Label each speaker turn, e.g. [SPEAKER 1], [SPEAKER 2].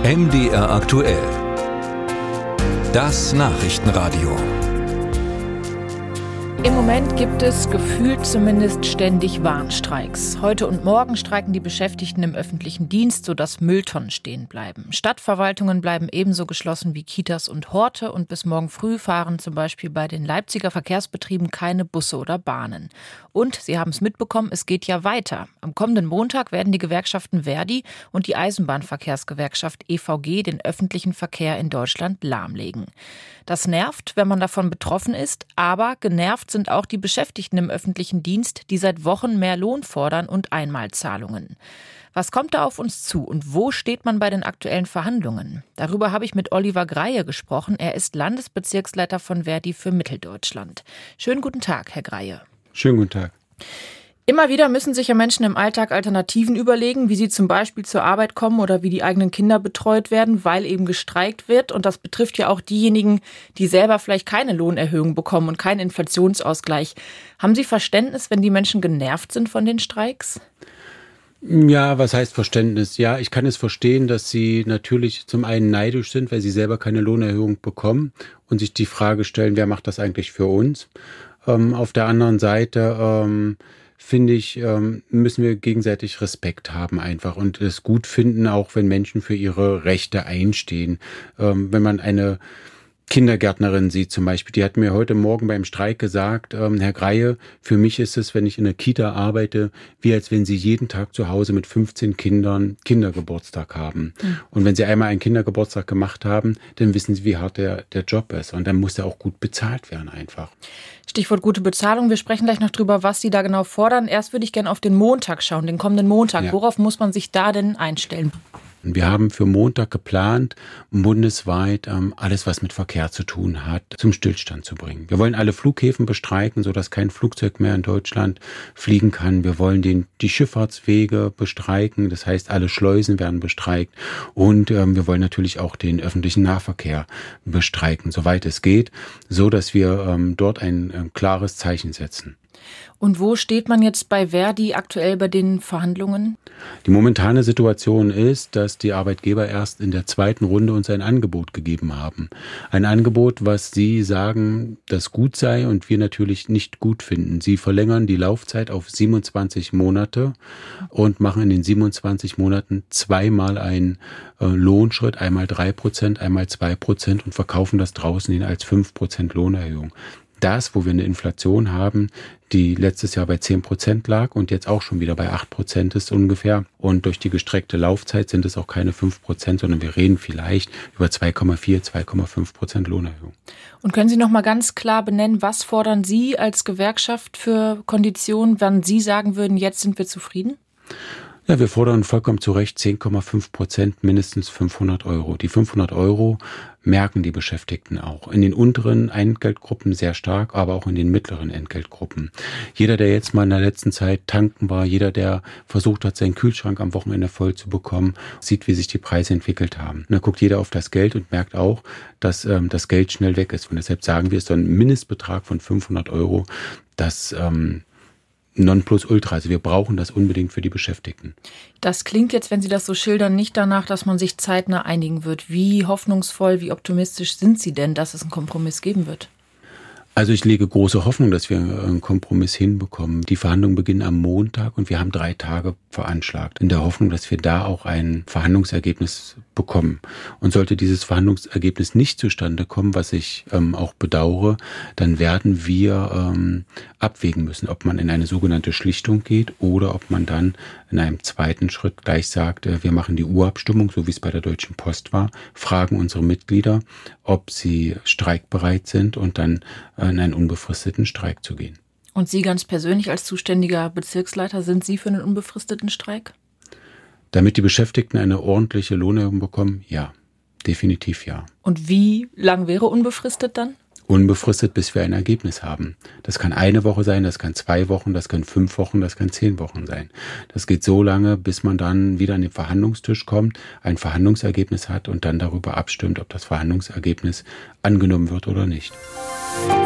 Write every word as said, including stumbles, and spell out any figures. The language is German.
[SPEAKER 1] M D R aktuell. Das Nachrichtenradio.
[SPEAKER 2] Im Moment gibt es gefühlt zumindest ständig Warnstreiks. Heute und morgen streiken die Beschäftigten im öffentlichen Dienst, sodass Mülltonnen stehen bleiben. Stadtverwaltungen bleiben ebenso geschlossen wie Kitas und Horte. Und bis morgen früh fahren zum Beispiel bei den Leipziger Verkehrsbetrieben keine Busse oder Bahnen. Und, Sie haben es mitbekommen, es geht ja weiter. Am kommenden Montag werden die Gewerkschaften Verdi und die Eisenbahnverkehrsgewerkschaft E V G den öffentlichen Verkehr in Deutschland lahmlegen. Das nervt, wenn man davon betroffen ist, aber genervt sind auch die Beschäftigten im öffentlichen Dienst, die seit Wochen mehr Lohn fordern und Einmalzahlungen. Was kommt da auf uns zu und wo steht man bei den aktuellen Verhandlungen? Darüber habe ich mit Oliver Greie gesprochen. Er ist Landesbezirksleiter von Verdi für Mitteldeutschland. Schönen guten Tag, Herr Greie.
[SPEAKER 3] Schönen guten Tag.
[SPEAKER 2] Immer wieder müssen sich ja Menschen im Alltag Alternativen überlegen, wie sie zum Beispiel zur Arbeit kommen oder wie die eigenen Kinder betreut werden, weil eben gestreikt wird. Und das betrifft ja auch diejenigen, die selber vielleicht keine Lohnerhöhung bekommen und keinen Inflationsausgleich. Haben Sie Verständnis, wenn die Menschen genervt sind von den Streiks?
[SPEAKER 3] Ja, was heißt Verständnis? Ja, ich kann es verstehen, dass sie natürlich zum einen neidisch sind, weil sie selber keine Lohnerhöhung bekommen und sich die Frage stellen, wer macht das eigentlich für uns? Ähm, auf der anderen Seite ähm, finde ich, ähm, müssen wir gegenseitig Respekt haben einfach und es gut finden, auch wenn Menschen für ihre Rechte einstehen. Ähm, wenn man eine Kindergärtnerin sieht zum Beispiel, die hat mir heute Morgen beim Streik gesagt, ähm, Herr Greie, für mich ist es, wenn ich in der Kita arbeite, wie als wenn Sie jeden Tag zu Hause mit fünfzehn Kindern Kindergeburtstag haben. Mhm. Und wenn Sie einmal einen Kindergeburtstag gemacht haben, dann wissen Sie, wie hart der, der Job ist. Und dann muss er auch gut bezahlt werden einfach.
[SPEAKER 2] Stichwort gute Bezahlung. Wir sprechen gleich noch drüber, was Sie da genau fordern. Erst würde ich gerne auf den Montag schauen, den kommenden Montag. Ja. Worauf muss man sich da denn einstellen?
[SPEAKER 3] Wir haben für Montag geplant, bundesweit ähm, alles, was mit Verkehr zu tun hat, zum Stillstand zu bringen. Wir wollen alle Flughäfen bestreiken, sodass kein Flugzeug mehr in Deutschland fliegen kann. Wir wollen den, die Schifffahrtswege bestreiken, das heißt, alle Schleusen werden bestreikt. Und ähm, wir wollen natürlich auch den öffentlichen Nahverkehr bestreiken, soweit es geht, so dass wir ähm, dort ein äh, klares Zeichen setzen.
[SPEAKER 2] Und wo steht man jetzt bei Verdi aktuell bei den Verhandlungen?
[SPEAKER 3] Die momentane Situation ist, dass die Arbeitgeber erst in der zweiten Runde uns ein Angebot gegeben haben. Ein Angebot, was sie sagen, das gut sei und wir natürlich nicht gut finden. Sie verlängern die Laufzeit auf siebenundzwanzig Monate und machen in den siebenundzwanzig Monaten zweimal einen äh, Lohnschritt, einmal drei Prozent, einmal zwei Prozent und verkaufen das draußen hin als fünf Prozent Lohnerhöhung. Das, wo wir eine Inflation haben, die letztes Jahr bei zehn Prozent lag und jetzt auch schon wieder bei acht Prozent ist ungefähr. Und durch die gestreckte Laufzeit sind es auch keine fünf Prozent, sondern wir reden vielleicht über zwei Komma vier, zwei Komma fünf Prozent Lohnerhöhung.
[SPEAKER 2] Und können Sie noch mal ganz klar benennen, was fordern Sie als Gewerkschaft für Konditionen, wann Sie sagen würden, jetzt sind wir zufrieden?
[SPEAKER 3] Ja, wir fordern vollkommen zu Recht zehn Komma fünf Prozent, mindestens fünfhundert Euro. Die fünfhundert Euro merken die Beschäftigten auch. In den unteren Entgeltgruppen sehr stark, aber auch in den mittleren Entgeltgruppen. Jeder, der jetzt mal in der letzten Zeit tanken war, jeder, der versucht hat, seinen Kühlschrank am Wochenende voll zu bekommen, sieht, wie sich die Preise entwickelt haben. Und da guckt jeder auf das Geld und merkt auch, dass ähm, das Geld schnell weg ist. Und deshalb sagen wir, es ist so ein Mindestbetrag von fünfhundert Euro, das ähm, Nonplusultra, also wir brauchen das unbedingt für die Beschäftigten.
[SPEAKER 2] Das klingt jetzt, wenn Sie das so schildern, nicht danach, dass man sich zeitnah einigen wird. Wie hoffnungsvoll, wie optimistisch sind Sie denn, dass es einen Kompromiss geben wird?
[SPEAKER 3] Also ich lege große Hoffnung, dass wir einen Kompromiss hinbekommen. Die Verhandlungen beginnen am Montag und wir haben drei Tage veranschlagt, in der Hoffnung, dass wir da auch ein Verhandlungsergebnis bekommen. Und sollte dieses Verhandlungsergebnis nicht zustande kommen, was ich ähm, auch bedauere, dann werden wir ähm, abwägen müssen, ob man in eine sogenannte Schlichtung geht oder ob man dann in einem zweiten Schritt gleich sagt, äh, wir machen die Urabstimmung, so wie es bei der Deutschen Post war, fragen unsere Mitglieder, ob sie streikbereit sind und dann äh, in einen unbefristeten Streik zu gehen.
[SPEAKER 2] Und Sie ganz persönlich als zuständiger Bezirksleiter, sind Sie für einen unbefristeten Streik?
[SPEAKER 3] Damit die Beschäftigten eine ordentliche Lohnerhöhung bekommen, ja, definitiv ja.
[SPEAKER 2] Und wie lang wäre unbefristet dann?
[SPEAKER 3] Unbefristet, bis wir ein Ergebnis haben. Das kann eine Woche sein, das kann zwei Wochen, das kann fünf Wochen, das kann zehn Wochen sein. Das geht so lange, bis man dann wieder an den Verhandlungstisch kommt, ein Verhandlungsergebnis hat und dann darüber abstimmt, ob das Verhandlungsergebnis angenommen wird oder nicht.